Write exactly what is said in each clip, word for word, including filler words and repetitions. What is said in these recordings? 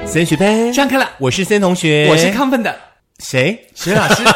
森学班上课了， 我是森同学， 我是亢奋的谁？ 徐老师。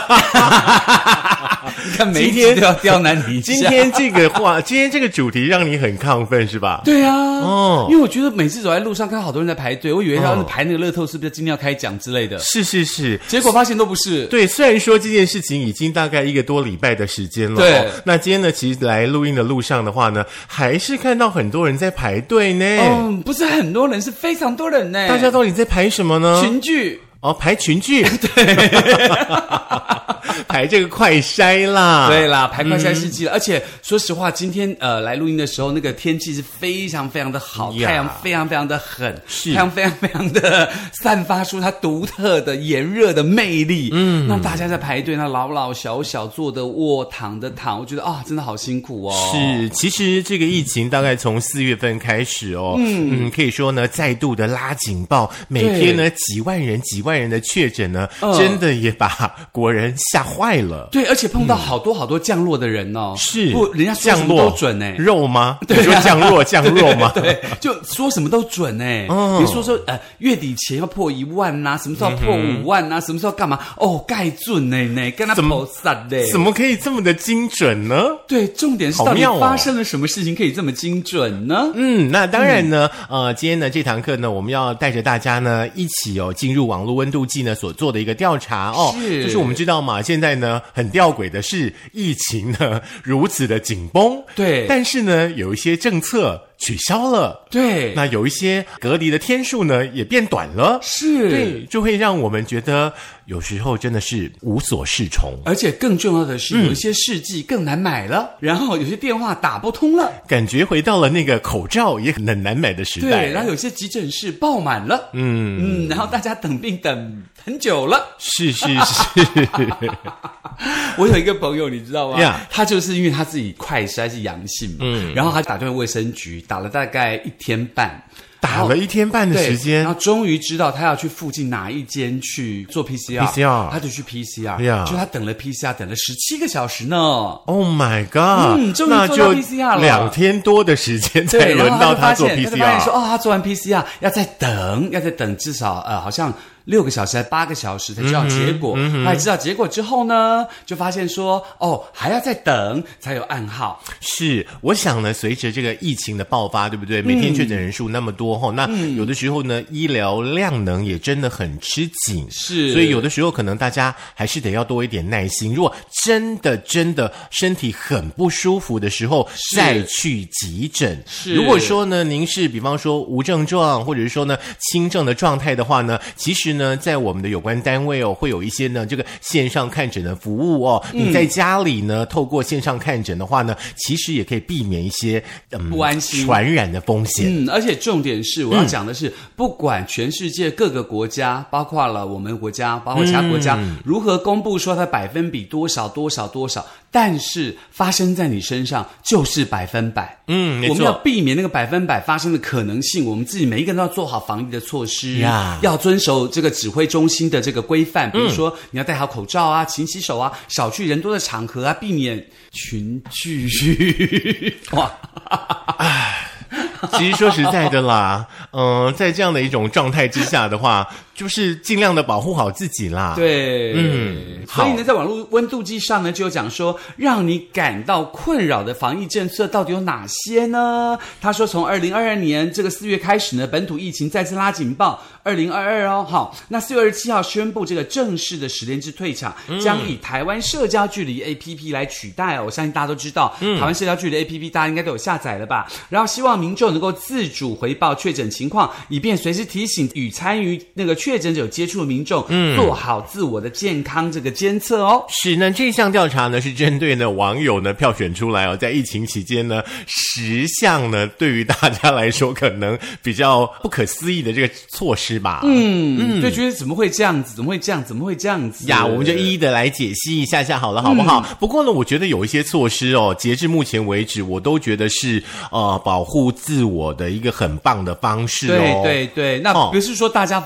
看每一集都要刁难你一下。 今天这个话，今天这个主题让你很亢奋是吧？ 对啊， 哦， 因为我觉得每次走在路上看到好多人在排队，我以为他们排那个乐透是不是今天要开奖之类的？ 是是是， 结果发现都不是。 对，虽然说这件事情已经大概一个多礼拜的时间了， 对、 哦，那今天呢，其实来录音的路上的话呢，还是看到很多人在排队呢。 嗯，不是很多人，是非常多人呢。 大家到底在排什么呢？ 群聚。 哦，排群聚， 对， 排这个快筛啦， 对啦，排快筛试剂了。嗯、而且说实话，今天呃来录音的时候，那个天气是非常非常的好，呀太阳非常非常的狠， 是太阳非常非常的散发出它独特的炎热的魅力。嗯，让大家在排队，那老老小小坐的卧躺的躺，我觉得啊，真的好辛苦哦。 是，其实这个疫情大概从四月份开始哦，嗯嗯，可以说呢，再度的拉警报，每天呢几万人几万。人的确诊呢、嗯，真的也把国人吓坏了。 对，而且碰到好多好多降落的人哦， 是， 不，人家说什么都准哎， 肉吗？ 对、啊， 你说降落降落吗？ 对，就说什么都准哎。嗯，比如说说呃，月底前要破一万呐、啊，什么时候要破五万呐、啊，什么时候要干嘛？哦，盖准呢呢，跟他菩萨的， 怎么可以这么的精准呢？ 对，重点是到底发生了什么事情可以这么精准呢？ 嗯，那当然呢，嗯、呃，今天呢这堂课呢，我们要带着大家呢一起哦进入网络温度计呢所做的一个调查哦， 是就是我们知道嘛，现在呢很吊诡的是疫情呢如此的紧绷， 对， 但是呢有一些政策取消了， 对， 那有一些隔离的天数呢也变短了， 是， 对，就会让我们觉得有时候真的是无所适从， 而且更重要的是、嗯、有一些试剂更难买了，然后有些电话打不通了， 感觉回到了那个口罩也很难买的时代， 对，然后有些急诊室爆满了，嗯嗯，然后大家等病等很久了， 是是是。 我有一个朋友你知道吗、 yeah. 他就是因为他自己快筛是阳性嘛、嗯、然后他打电话卫生局打了大概一天半， 打了一天半的时间， 然后终于知道他要去附近哪一间去做 P C R， P C R 他就去 P C R， yeah. 就他等了 P C R 等了十七个小时呢。 Oh my god！ 嗯，终于做到 P C R 了， 两天多的时间才轮到他做 P C R。 他就发现说，哦，他做完 P C R 要再等，要再等至少呃，好像。六个小时还八个小时才知道结果，嗯嗯、他知道结果之后呢，就发现说，哦，还要再等才有暗号。 是，我想呢，随着这个疫情的爆发，对不对？每天确诊人数那么多哈、嗯，那有的时候呢，医疗量能也真的很吃紧， 是， 所以有的时候可能大家还是得要多一点耐心。如果真的真的身体很不舒服的时候，再去急诊。 是， 如果说呢，您是比方说无症状，或者是说呢轻症的状态的话呢，其实呢，在我们的有关单位哦，会有一些呢这个线上看诊的服务哦。嗯、你在家里呢，透过线上看诊的话呢，其实也可以避免一些嗯不安心传染的风险。 嗯，而且重点是我要讲的是，嗯、不管全世界各个国家，包括了我们国家，包括其他国家，嗯、如何公布说它百分比多少多少多少，但是发生在你身上就是百分百。 嗯，没错， 我们要避免那个百分百发生的可能性，我们自己每一个人都要做好防疫的措施， 呀， 要遵守这个指挥中心的这个规范，比如说、嗯、你要戴好口罩啊，勤洗手啊，少去人多的场合啊，避免群聚。哇， 唉。其实说实在的啦，嗯、呃，在这样的一种状态之下的话，就是尽量的保护好自己啦。 对，嗯，所以呢，在网络温度计上呢，就有讲说，让你感到困扰的防疫政策到底有哪些呢？他说，从二零二二年这个四月开始呢，本土疫情再次拉警报。二零二二哦，好，那四月二十七号宣布这个正式的十连制退场，嗯、将以台湾社交距离 A P P 来取代哦。我相信大家都知道，嗯、台湾社交距离 A P P 大家应该都有下载了吧？然后希望民众能够自主回报确诊情况，以便随时提醒与参与那个确诊者接触的民众，嗯，做好自我的健康这个监测哦。 是，那这项调查呢是针对呢网友呢票选出来哦，在疫情期间呢十项呢对于大家来说可能比较不可思议的这个措施吧。 嗯嗯，对，觉得怎么会这样子？怎么会这样？怎么会这样子呀？我们就一一的来解析一下下好了，好不好？嗯、不过呢，我觉得有一些措施哦，截至目前为止，我都觉得是呃保护自我的一个很棒的方式哦。 对对对，那不是说大家反弹你就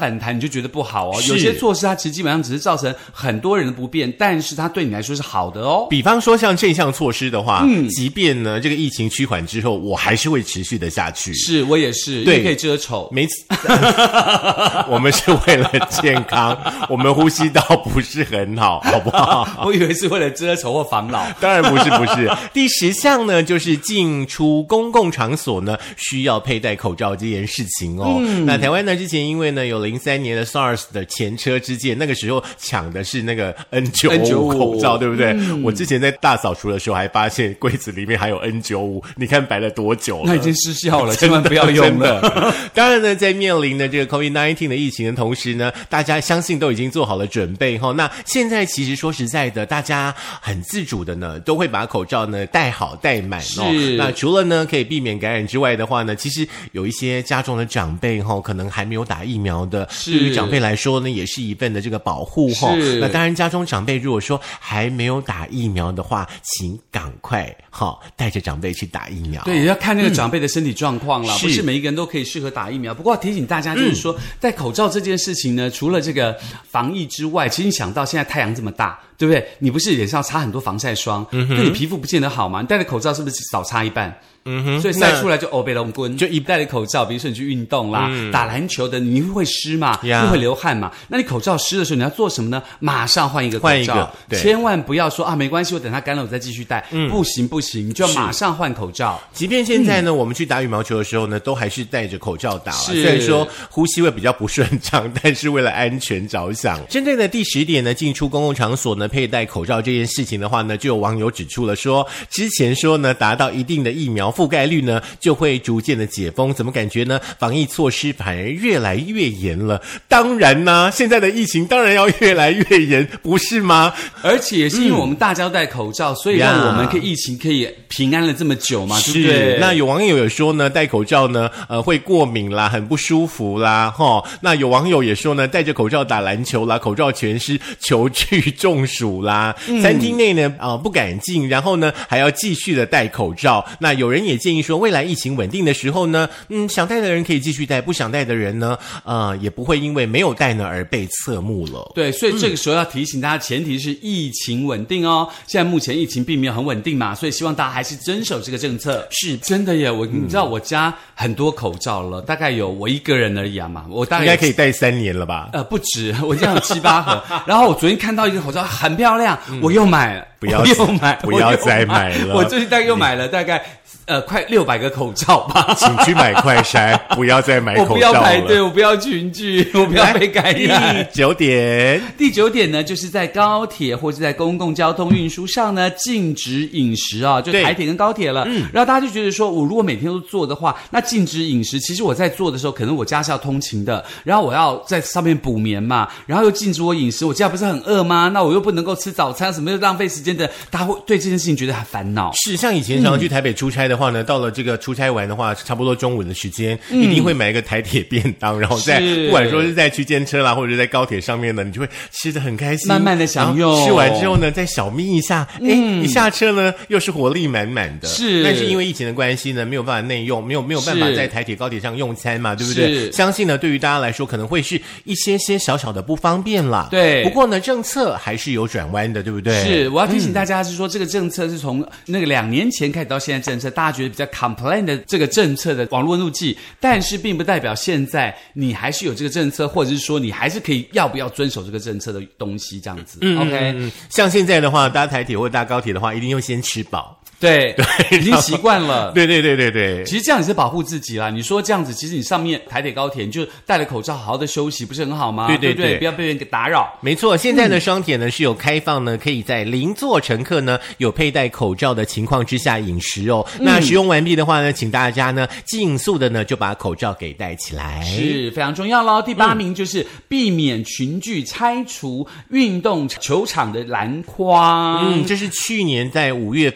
就觉得不好哦。有些措施它其实基本上只是造成很多人的不便，但是它对你来说是好的哦。 比方说像这项措施的话，嗯，即便呢这个疫情趋缓之后，我还是会持续的下去。 是我也是，因为可以遮丑。 没我们是为了健康，我们呼吸道不是很好，好不好？ 我以为是为了遮丑或防老。 当然不是，不是。第十项呢，就是进出公共场所呢需要佩戴口罩这件事情哦。嗯、那台湾呢之前因为呢有零三年的 SARS 的前车之鉴，那个时候抢的是那个 N 九五 口罩，对不对？嗯、我之前在大扫除的时候还发现柜子里面还有 N 九五，你看摆了多久了？ 那已经失效了，千万不要用了。 当然呢，在面临的这个 COVID 十九 的疫情的同时呢，大家相信都已经做好了准备哈。那现在其实说实在的，大家很自主的呢，都会把口罩呢戴好戴满哦。那除了呢可以避免感染之外的话呢，其实有一些家中的长辈哈，可能还没有打疫苗的，对于长辈来说呢，也是一份的这个保护哈。那当然，家中长辈如果说还没有打疫苗的话，请赶快哈带着长辈去打疫苗。 对，也要看那个长辈的身体状况啦，嗯、不是每一个人都可以适合打疫苗。不过提醒大家就是说，嗯、戴口罩这件事情呢，除了这个防疫之外，其实你想到现在太阳这么大，对不对？你不是脸上擦很多防晒霜，嗯、对你皮肤不见得好吗？你戴着口罩是不是少擦一半？嗯哼，所以晒出来就欧贝龙棍，就一戴着口罩，比如说你去运动啦、嗯、打篮球的，你会湿嘛，又会流汗嘛，那你口罩湿的时候你要做什么呢？马上换一个口罩，换一个，对，千万不要说啊没关系，我等它干了我再继续戴，嗯、不行不行，你就要马上换口罩。 即便现在呢、嗯、我们去打羽毛球的时候呢，都还是戴着口罩打了，虽然说呼吸会比较不顺畅，但是为了安全着想。针对呢第十点呢，进出公共场所呢佩戴口罩这件事情的话呢，就有网友指出了说，之前说呢达到一定的疫苗覆盖率呢就会逐渐的解封，怎么感觉呢防疫措施反而越来越严了？当然呢，现在的疫情当然要越来越严，不是吗？ 而且也是因为我们大家都戴口罩、嗯、所以让我们可以疫情可以平安了这么久嘛，对不对？ 那有网友有说呢，戴口罩呢呃会过敏啦，很不舒服啦齁。那有网友也说呢，戴着口罩打篮球啦，口罩全湿，球具中暑啦、嗯、餐厅内呢呃不敢进，然后呢还要继续的戴口罩。那有人也建议说，未来疫情稳定的时候呢，嗯，想戴的人可以继续戴，不想戴的人呢，呃，也不会因为没有戴呢而被侧目了。 对，所以这个时候要提醒大家，前提是疫情稳定哦。现在目前疫情并没有很稳定嘛，所以希望大家还是遵守这个政策。 是真的耶，我你知道我家很多口罩了，大概有我一个人而已啊嘛，我大概应该可以戴三年了吧？ 呃，不止，我家有七八盒。然后我昨天看到一个口罩很漂亮，嗯、我又买了， 不要又买， 不要再买了。 我最近大概又买了大概。呃，快六百个口罩吧， 请去买快筛，不要再买口罩了。 我不要排队，我不要群聚，我不要被感染。 第九点， 第九点呢，就是在高铁或是在公共交通运输上呢，禁止饮食啊，就台铁跟高铁了。嗯，然后大家就觉得说，我如果每天都做的话，那禁止饮食，其实我在做的时候，可能我家是要通勤的，然后我要在上面补眠嘛，然后又禁止我饮食，我家不是很饿吗？那我又不能够吃早餐，什么又浪费时间的，大家会对这件事情觉得很烦恼。 是，像以前常常去台北出差的话呢，嗯、到了这个出差完的话，差不多中午的时间，嗯、一定会买一个台铁便当，然后在不管说是在区间车啦，或者是在高铁上面呢，你就会吃得很开心， 慢慢的享用。 吃完之后呢，再小眯一下，哎、嗯，一下车呢又是活力满满的。 是， 但是因为疫情的关系呢，没有办法内用，没有没有办法在台铁高铁上用餐嘛，对不对？相信呢，对于大家来说可能会是一些些小小的不方便啦。 对， 不过呢，政策还是有转弯的，对不对？ 是，我要提醒大家是说，嗯、这个政策是从那个两年前开始到现在政策，大家觉得比较 complain 的这个政策的网络温度计，但是并不代表现在你还是有这个政策，或者是说你还是可以要不要遵守这个政策的东西这样子。嗯 OK， 嗯，像现在的话，搭台铁或搭高铁的话，一定要先吃饱。 对对，已经习惯了。 对对对对对， 其实这样也是保护自己啦。你说这样子，其实你上面台铁高铁你就戴了口罩，好好的休息，不是很好吗？ 对对对, 对, 对，不要被人给打扰。 没错，现在呢，双铁呢是有开放呢，可以在邻座乘客呢有佩戴口罩的情况之下饮食哦。嗯、那使用完毕的话呢，请大家呢尽速的呢就把口罩给戴起来， 是非常重要咯。第八名就是避免群聚，拆除运动球场的篮筐。 嗯，这是去年在五月份哦，国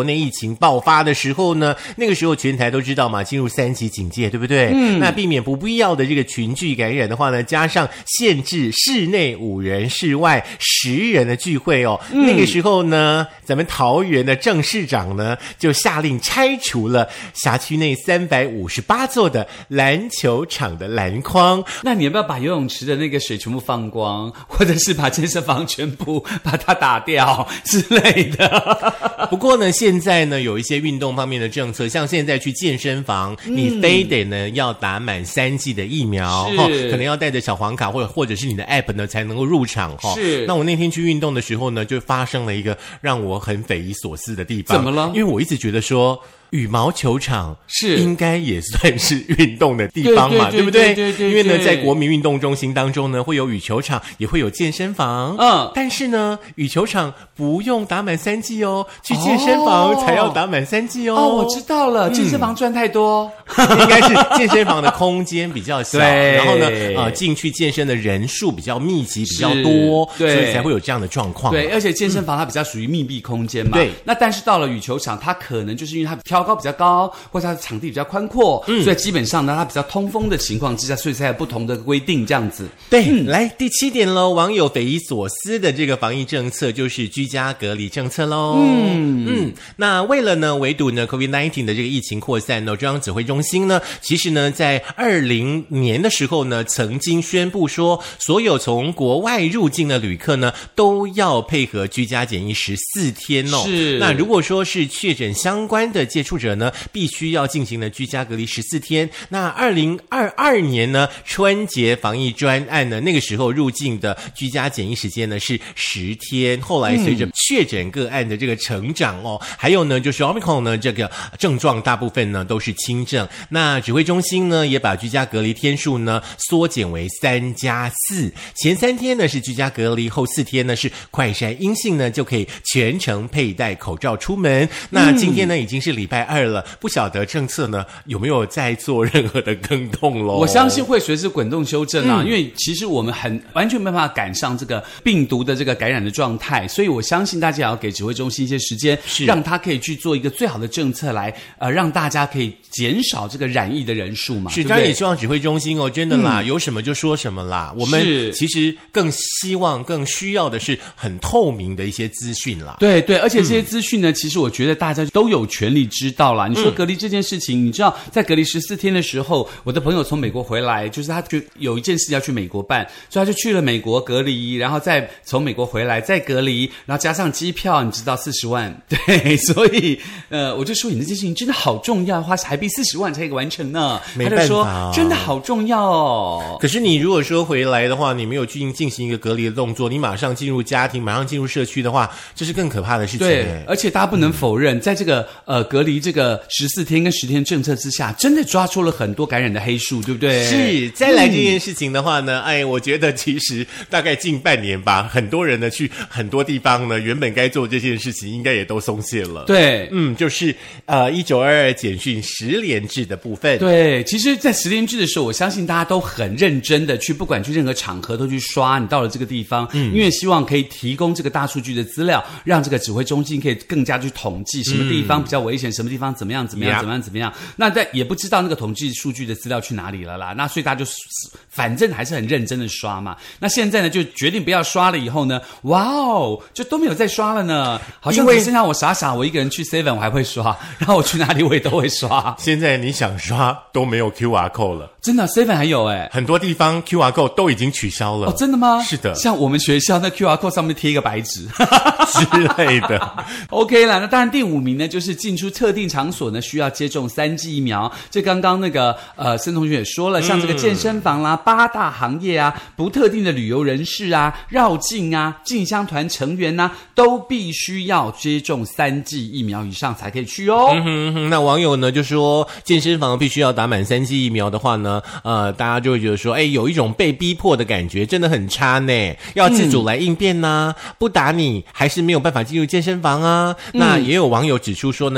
内疫情爆发的时候呢，那个时候全台都知道嘛，进入三级警戒，对不对？嗯，那避免不必要的这个群聚感染的话呢，加上限制室内五人、室外十人的聚会哦。嗯、那个时候呢，咱们桃园的郑市长呢就下令拆除了辖区内三百五十八座的篮球场的篮筐。 那你要不要把游泳池的那个水全部放光，或者是把健身房全部把它打掉之类的？ 不过呢，现在呢有一些运动方面的政策，像现在去健身房，嗯、你非得呢要打满三剂的疫苗，哦、可能要带着小黄卡或者或者是你的 app 呢才能够入场哈。是。那我那天去运动的时候呢，就发生了一个让我很匪夷所思的地方。 怎么了？ 因为我一直觉得说，羽毛球场是应该也算是运动的地方嘛，对不对？对对对。因为呢，在国民运动中心当中呢，会有羽球场，也会有健身房。嗯。但是呢，羽球场不用打满三剂哦，去健身房才要打满三剂哦。 哦，我知道了，健身房赚太多， 嗯、应该是健身房的空间比较小，然后呢，呃，进去健身的人数比较密集，比较多，所以才会有这样的状况。 对，而且健身房它比较属于密闭空间嘛。对。那但是到了羽球场，它可能就是因为它挑高比较高，或者它的场地比较宽阔，嗯、所以基本上呢，它比较通风的情况之下，所以才有不同的规定这样子。 对，嗯、来第七点喽，网友匪夷所思的这个防疫政策就是居家隔离政策喽。嗯嗯，那为了呢围堵呢 COVID 十九 的这个疫情扩散呢，中央指挥中心呢，其实呢在二零年的时候呢，曾经宣布说，所有从国外入境的旅客呢，都要配合居家检疫十四天哦。是。那如果说是确诊相关的接触者呢，必须要进行的居家隔离十四天。那二零二二年呢，春节防疫专案呢，那个时候入境的居家检疫时间呢是十天。后来随着确诊个案的这个成长哦，嗯、还有呢就是 Omicron 呢这个症状大部分呢都是轻症。那指挥中心呢也把居家隔离天数呢缩减为三加四，前三天呢是居家隔离，后四天呢是快筛阴性呢就可以全程佩戴口罩出门。那今天呢已经是礼拜二了，不晓得政策呢有没有在做任何的更动咯？ 我相信会随时滚动修正啊，嗯、因为其实我们很完全没办法赶上这个病毒的这个感染的状态，所以我相信大家也要给指挥中心一些时间，让他可以去做一个最好的政策来呃让大家可以减少这个染疫的人数嘛。 是，当然也希望指挥中心哦，真的啦，嗯、有什么就说什么啦。我们其实更希望、更需要的是很透明的一些资讯啦。 对对，而且这些资讯呢，嗯、其实我觉得大家都有权利知道啦。你说隔离这件事情，嗯、你知道在隔离十四天的时候，我的朋友从美国回来，就是他就有一件事要去美国办，所以他就去了美国隔离，然后再从美国回来再隔离，然后加上机票，你知道四十万，对，所以呃，我就说你这件事情真的好重要，花台币四十万才可以完成呢。 没办法， 他就说真的好重要哦。 可是你如果说回来的话，你没有去进行一个隔离的动作，你马上进入家庭，马上进入社区的话，这是更可怕的事情。 对，而且大家不能否认，嗯、在这个呃隔离这个十四天跟十天政策之下，真的抓出了很多感染的黑数，对不对？ 是。再来这件事情的话呢，嗯、哎，我觉得其实大概近半年吧，很多人呢去很多地方呢，原本该做这件事情，应该也都松懈了。 对， 嗯，就是呃一九二二简讯实联制的部分。 对，其实，在实联制的时候，我相信大家都很认真的去，不管去任何场合都去刷你到了这个地方，嗯，因为希望可以提供这个大数据的资料，让这个指挥中心可以更加去统计什么地方比较危险，嗯、什么地方怎么样怎么样怎么样怎么样。那但也不知道那个统计数据的资料去哪里了啦。那所以大家就反正还是很认真的刷嘛。那现在呢，就决定不要刷了以后呢，哇哦，就都没有再刷了呢。好像只剩下我傻傻，我一个人去 seven 我还会刷，然后我去哪里我也都会刷。 现在你想刷都没有 Q R code 了。 真的 seven 还有哎， 很多地方 Q R code 都已经取消了。 哦，真的吗？ 是的， 像我们学校那 Q R code 上面贴一个白纸之类的。 OK 啦，那当然第五名呢，就是进出特定场所呢需要接种三剂疫苗。这刚刚那个呃申同学也说了，像这个健身房啦、嗯、八大行业啊、不特定的旅游人士啊、绕境啊、进香团成员啊，都必须要接种三剂疫苗以上才可以去哦。 嗯哼哼，那网友呢就说，健身房必须要打满三剂疫苗的话呢，呃，大家就会觉得说，哎，有一种被逼迫的感觉，真的很差呢。要自主来应变呐、啊，嗯、不打你还是没有办法进入健身房啊。嗯、那也有网友指出说呢，现在没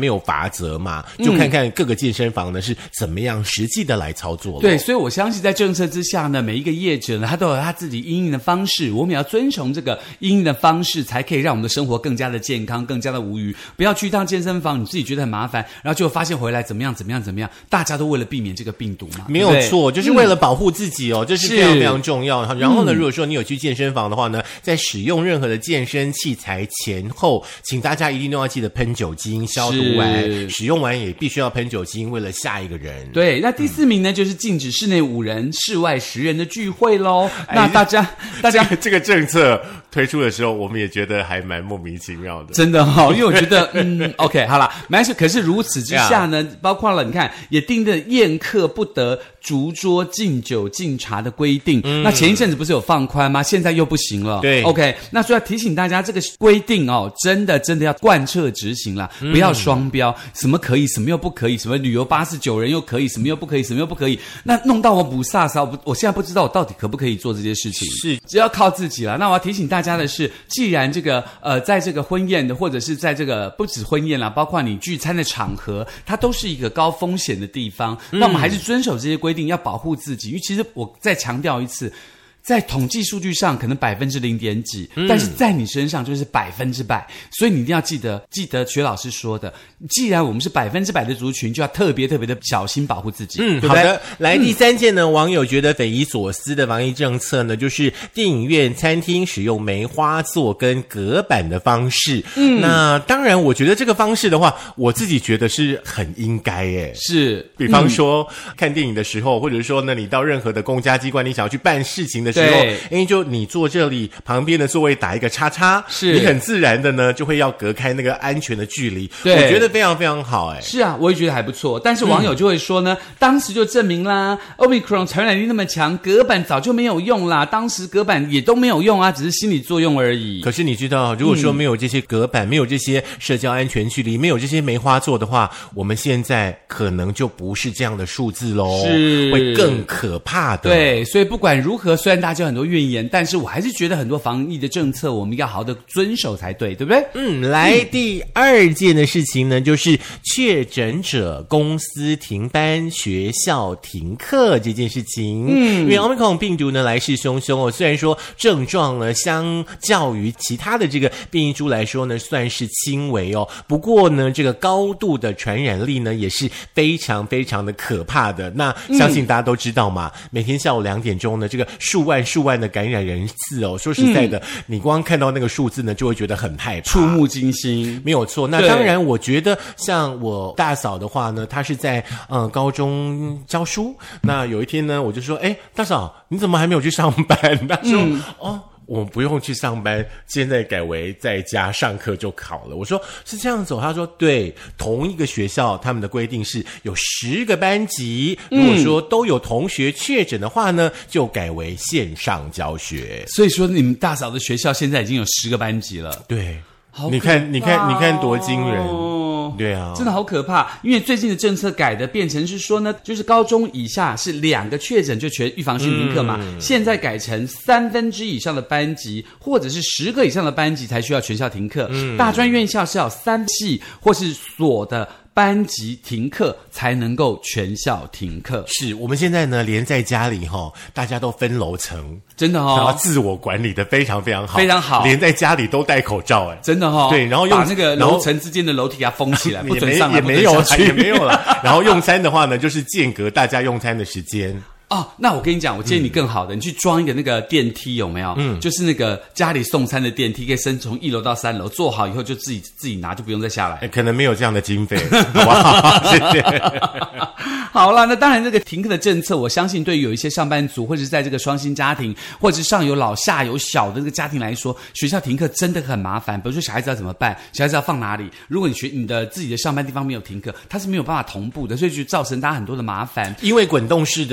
没有罚则嘛，就看看各个健身房呢是怎么样实际的来操作了。 对，所以我相信在政策之下呢，每一个业者呢，他都有他自己因应的方式，我们要遵从这个因应的方式，才可以让我们的生活更加的健康，更加的无虞。不要去一趟健身房，你自己觉得很麻烦，然后就发现回来怎么样怎么样怎么样，大家都为了避免这个病毒嘛， 没有错，就是为了保护自己哦，嗯、这是非常非常重要的。然后呢， 嗯、 如果说你有去健身房的话呢，在使用任何的健身器材前后，请大家一定都要记得喷酒精消毒完，使用完也必须要喷酒精，为了下一个人。 对，那第四名呢，嗯、就是禁止室内五人、室外十人的聚会喽。哎、那大家，大家、 这个、这个政策推出的时候，我们也觉得还蛮莫名其妙的， 真的哈、哦，因为我觉得，嗯 ，OK， 好啦，没关系。可是如此之下呢， yeah. 包括了你看，也定的宴客不得逐桌敬酒敬茶的规定。嗯、那前一阵子不是有放宽吗？现在又不行了。 对 ，OK， 那所以要提醒大家，这个规定哦，真的真的要贯彻执行啦，嗯、不要双标，什么可以，什么又不可以，什么旅游巴士九人又可以，什么又不可以，什么又不可以，那弄到我不飒飒，我我现在不知道我到底可不可以做这些事情。 是， 只要靠自己啦。那我要提醒大家的是，既然这个呃，在这个婚宴的，或者是在这个不止婚宴啦，包括你聚餐的场合，它都是一个高风险的地方。嗯、那我们还是遵守这些规定，要保护自己。因为其实我再强调一次。在统计数据上可能百分之零点几，嗯、但是在你身上就是百分之百，所以你一定要记得，记得薛老师说的，既然我们是百分之百的族群，就要特别特别的小心保护自己。 嗯， 对不对？ 好的。来，第三件呢，嗯、网友觉得匪夷所思的防疫政策呢，就是电影院、餐厅使用梅花座跟隔板的方式。嗯，那当然，我觉得这个方式的话，我自己觉得是很应该诶。 是， 比方说、嗯、看电影的时候，或者说呢，你到任何的公家机关，你想要去办事情的时候，哎，就你坐这里旁边的座位打一个叉叉， 是你很自然的呢，就会要隔开那个安全的距离。 对， 我觉得非常非常好，哎， 是啊，我也觉得还不错。但是网友就会说呢，嗯、当时就证明啦 ，Omicron 传染力那么强，隔板早就没有用啦。当时隔板也都没有用啊，只是心理作用而已。 可是你知道，如果说没有这些隔板，嗯、没有这些社交安全距离，没有这些梅花座的话，我们现在可能就不是这样的数字喽， 是会更可怕的。 对，所以不管如何，虽然大家有很多怨言，但是我还是觉得很多防疫的政策我们要好好的遵守才对，对不对？ 嗯，来、嗯、第二件的事情呢，就是确诊者公司停班、学校停课这件事情。嗯，因为 Omicron 病毒呢来势汹汹哦，虽然说症状呢相较于其他的这个变异株来说呢算是轻微哦，不过呢这个高度的传染力呢也是非常非常的可怕的。那相信大家都知道嘛，嗯、每天下午两点钟呢，这个数万数万的感染人次哦，说实在的，嗯、你光看到那个数字呢，就会觉得很害怕， 触目惊心。 没有错。那当然，我觉得像我大嫂的话呢，她是在呃高中教书。那有一天呢，我就说：“哎，大嫂，你怎么还没有去上班？”她说：“嗯、哦。”我们不用去上班，现在改为在家上课就好了。我说是这样子、哦，他说对，同一个学校他们的规定是有十个班级，如果说都有同学确诊的话呢，就改为线上教学。 所以说你们大嫂的学校现在已经有十个班级了。 对，你看，你看，你看多惊人。对啊， 真的好可怕！因为最近的政策改的变成是说呢，就是高中以下是两个确诊就全预防性停课嘛，嗯、现在改成三分之以上的班级或者是十个以上的班级才需要全校停课。嗯、大专院校是要三系或是所的班级停课才能够全校停课。 是我们现在呢，连在家里哈、哦，大家都分楼层， 真的哦， 然后自我管理的非常非常好， 非常好， 连在家里都戴口罩，哎， 真的哦。 对，然后用把那个楼层之间的楼梯给它封起来，不准上来， 也没有去，也没有了。然后用餐的话呢，就是间隔大家用餐的时间。 哦，那我跟你讲，我建议你更好的，嗯、你去装一个那个电梯，有没有？嗯，就是那个家里送餐的电梯，可以升从一楼到三楼，做好以后就自己自己拿，就不用再下来。 可能没有这样的经费，好不好？谢谢。 好了，那当然，这个停课的政策，我相信对于有一些上班族，或者是在这个双薪家庭，或者是上有老下有小的这个家庭来说，学校停课真的很麻烦。比如说小孩子要怎么办？小孩子要放哪里？如果你学你的自己的上班地方没有停课，它是没有办法同步的，所以就造成大家很多的麻烦。 因为滚动式的调整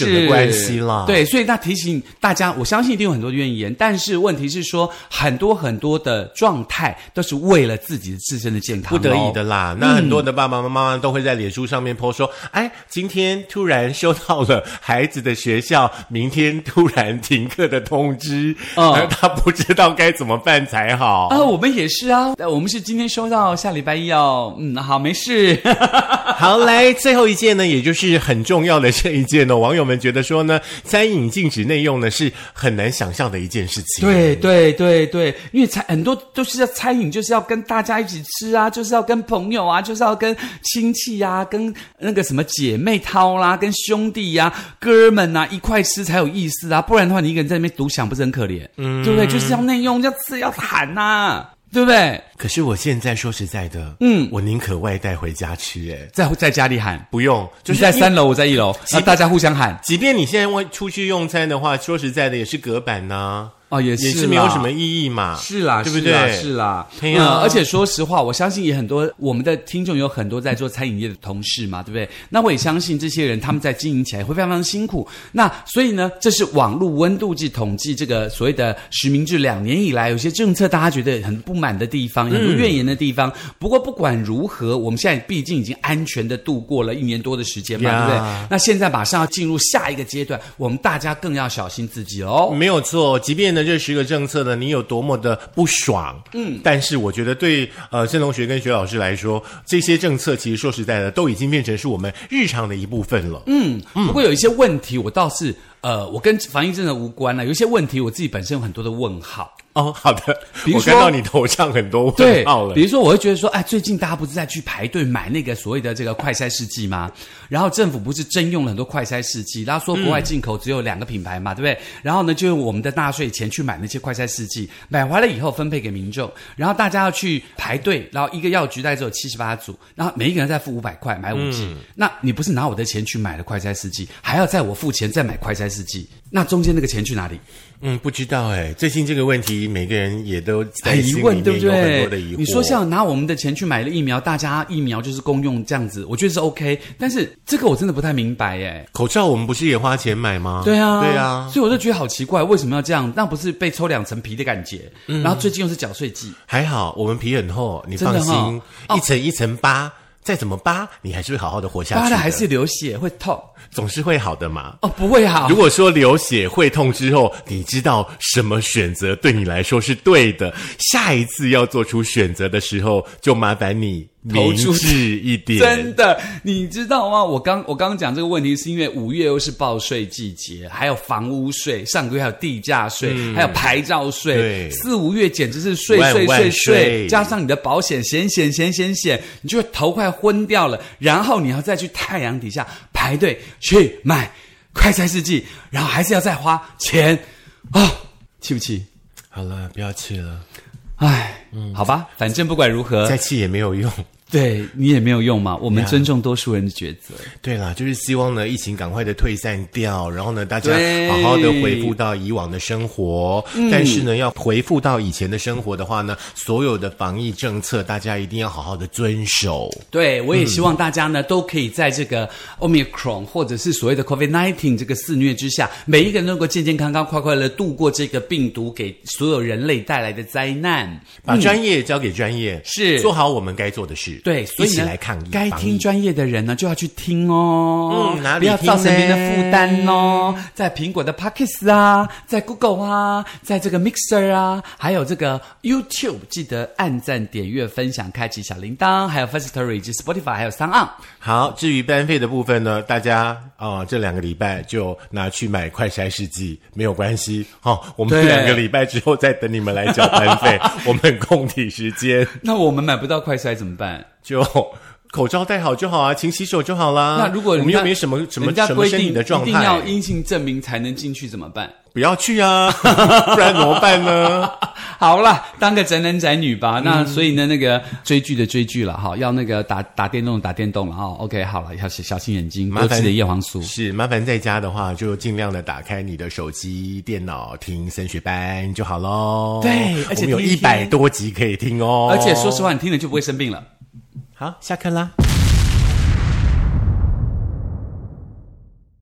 整的关系了。 对，所以那提醒大家，我相信一定有很多怨言，但是问题是说，很多很多的状态都是为了自己自身的健康， 不得已的啦。那很多的爸爸妈妈都会在脸书上面 po 说，哎，今天突然收到了孩子的学校明天突然停课的通知，嗯，他不知道该怎么办才好啊。我们也是啊，我们是今天收到，下礼拜一要，嗯，好，没事。 好，来最后一件呢，也就是很重要的这一件呢，网友们觉得说呢，餐饮禁止内用呢是很难想象的一件事情。 对对对对，因为餐很多都是要餐饮，就是要跟大家一起吃啊，就是要跟朋友啊，就是要跟亲戚啊，跟那个什么姐妹淘啦，跟兄弟呀、啊、哥们啊一块吃才有意思啊，不然的话你一个人在那边独享不是很可怜？嗯，对不对？就是要内用，要吃要喊呐、啊。对不对？ 可是我现在说实在的，嗯，我宁可外带回家吃，哎， 在在家里喊不用， 就是在三楼，我在一楼，那大家互相喊。 即便你现在外出去用餐的话，说实在的也是隔板呐、啊。 哦，也是也是没有什么意义嘛， 是啦， 对不对？ 是啦，是啦。 对啊、 嗯，而且说实话，我相信也很多我们的听众有很多在做餐饮业的同事嘛，对不对？那我也相信这些人他们在经营起来会非常非常辛苦。那所以呢，这是网络温度计统计这个所谓的实名制两年以来，有些政策大家觉得很不满的地方，很多怨言的地方。嗯、不过不管如何，我们现在毕竟已经安全的度过了一年多的时间嘛，对不对？那现在马上要进入下一个阶段，我们大家更要小心自己哦。 没有错，即便呢这十个政策。你有多么的不爽，嗯，但是我觉得对呃郑同学跟学老师来说，这些政策其实说实在的都已经变成是我们日常的一部分了。 嗯，嗯不过有一些问题我倒是呃我跟防疫真的无关了，有一些问题我自己本身有很多的问号。 哦，好的，比如说我看到你头上很多问号了。 比如说，我会觉得说，哎，最近大家不是在去排队买那个所谓的这个快筛试剂吗？然后政府不是征用了很多快筛试剂，然后说国外进口只有两个品牌嘛，嗯、对不对？然后呢，就用我们的纳税钱去买那些快筛试剂，买回来以后分配给民众，然后大家要去排队，然后一个药局大概只有七十八组，然后每一个人再付五百块买五剂。嗯、那你不是拿我的钱去买了快筛试剂，还要在我付钱再买快筛试剂，那中间那个钱去哪里？ 嗯，不知道哎，最近这个问题，每个人也都在疑问， 对不对？ 有很多的疑惑。 你说像拿我们的钱去买了疫苗，大家疫苗就是公用这样子，我觉得是 OK。但是这个我真的不太明白耶。 口罩我们不是也花钱买吗？ 对啊， 对啊。 所以我就觉得好奇怪，为什么要这样？那不是被抽两层皮的感觉？嗯、然后最近又是缴税季， 还好我们皮很厚，你放心，哦、一层一层扒。再怎么扒，你还是会好好的活下去的。 扒了还是流血，会痛， 总是会好的嘛。 哦，不会好。 如果说流血会痛之后，你知道什么选择对你来说是对的，下一次要做出选择的时候，就麻烦你明智一点。 真的，你知道吗？我刚我刚刚讲这个问题，是因为五月又是报税季节，还有房屋税，上个月还有地价税，嗯、还有牌照税，四五月简直是税税税税，加上你的保险险险险险险，你就会头快昏掉了。然后你要再去太阳底下排队去买快筛试剂，然后还是要再花钱啊、哦！气不气？ 好了，不要气了。 唉，嗯，好吧，反正不管如何， 再气也没有用。 对你也没有用嘛，我们尊重多数人的抉择。 对啦，就是希望呢，疫情赶快的退散掉，然后呢，大家好好的恢复到以往的生活。但是呢，要恢复到以前的生活的话呢，所有的防疫政策，大家一定要好好的遵守。 对，我也希望大家呢，嗯、都可以在这个 Omicron 或者是所谓的 COVID 十九 这个肆虐之下，每一个人都能够健健康康、快快乐度过这个病毒给所有人类带来的灾难。 把专业交给专业， 是、 嗯、做好我们该做的事。 对，所以呢， 一起来抗疫， 该听专业的人呢就要去听哦， 嗯，哪里听呢？ 不要造成别人的负担哦。在苹果的 Podcast 啊，在 Google 啊，在这个 Mixer 啊，还有这个 YouTube， 记得按赞、点阅、分享、开启小铃铛，还有 Firstory 以及 Spotify， 还有SoundOn。 好，至于班费的部分呢，大家啊、呃，这两个礼拜就拿去买快筛试剂，没有关系。好、哦，我们两个礼拜之后再等你们来缴班费，我们共体时间。 那我们买不到快筛怎么办？ 就口罩戴好就好啊，勤洗手就好啦。 那如果我们又没什么什么什么身体的状态， 一定要阴性证明才能进去怎么办？ 不要去啊，不然怎么办呢？ 好啦，当个宅男宅女吧。嗯、那所以呢，那个追剧的追剧了哈，要那个打打电动的打电动了哈。OK， 好了，要小心眼睛，多吃点叶黄素。 是，麻烦在家的话，就尽量的打开你的手机、电脑听升学班就好咯。 对，而且我们有一百多集可以听哦。 而且说实话，你听了就不会生病了。 好，下课啦。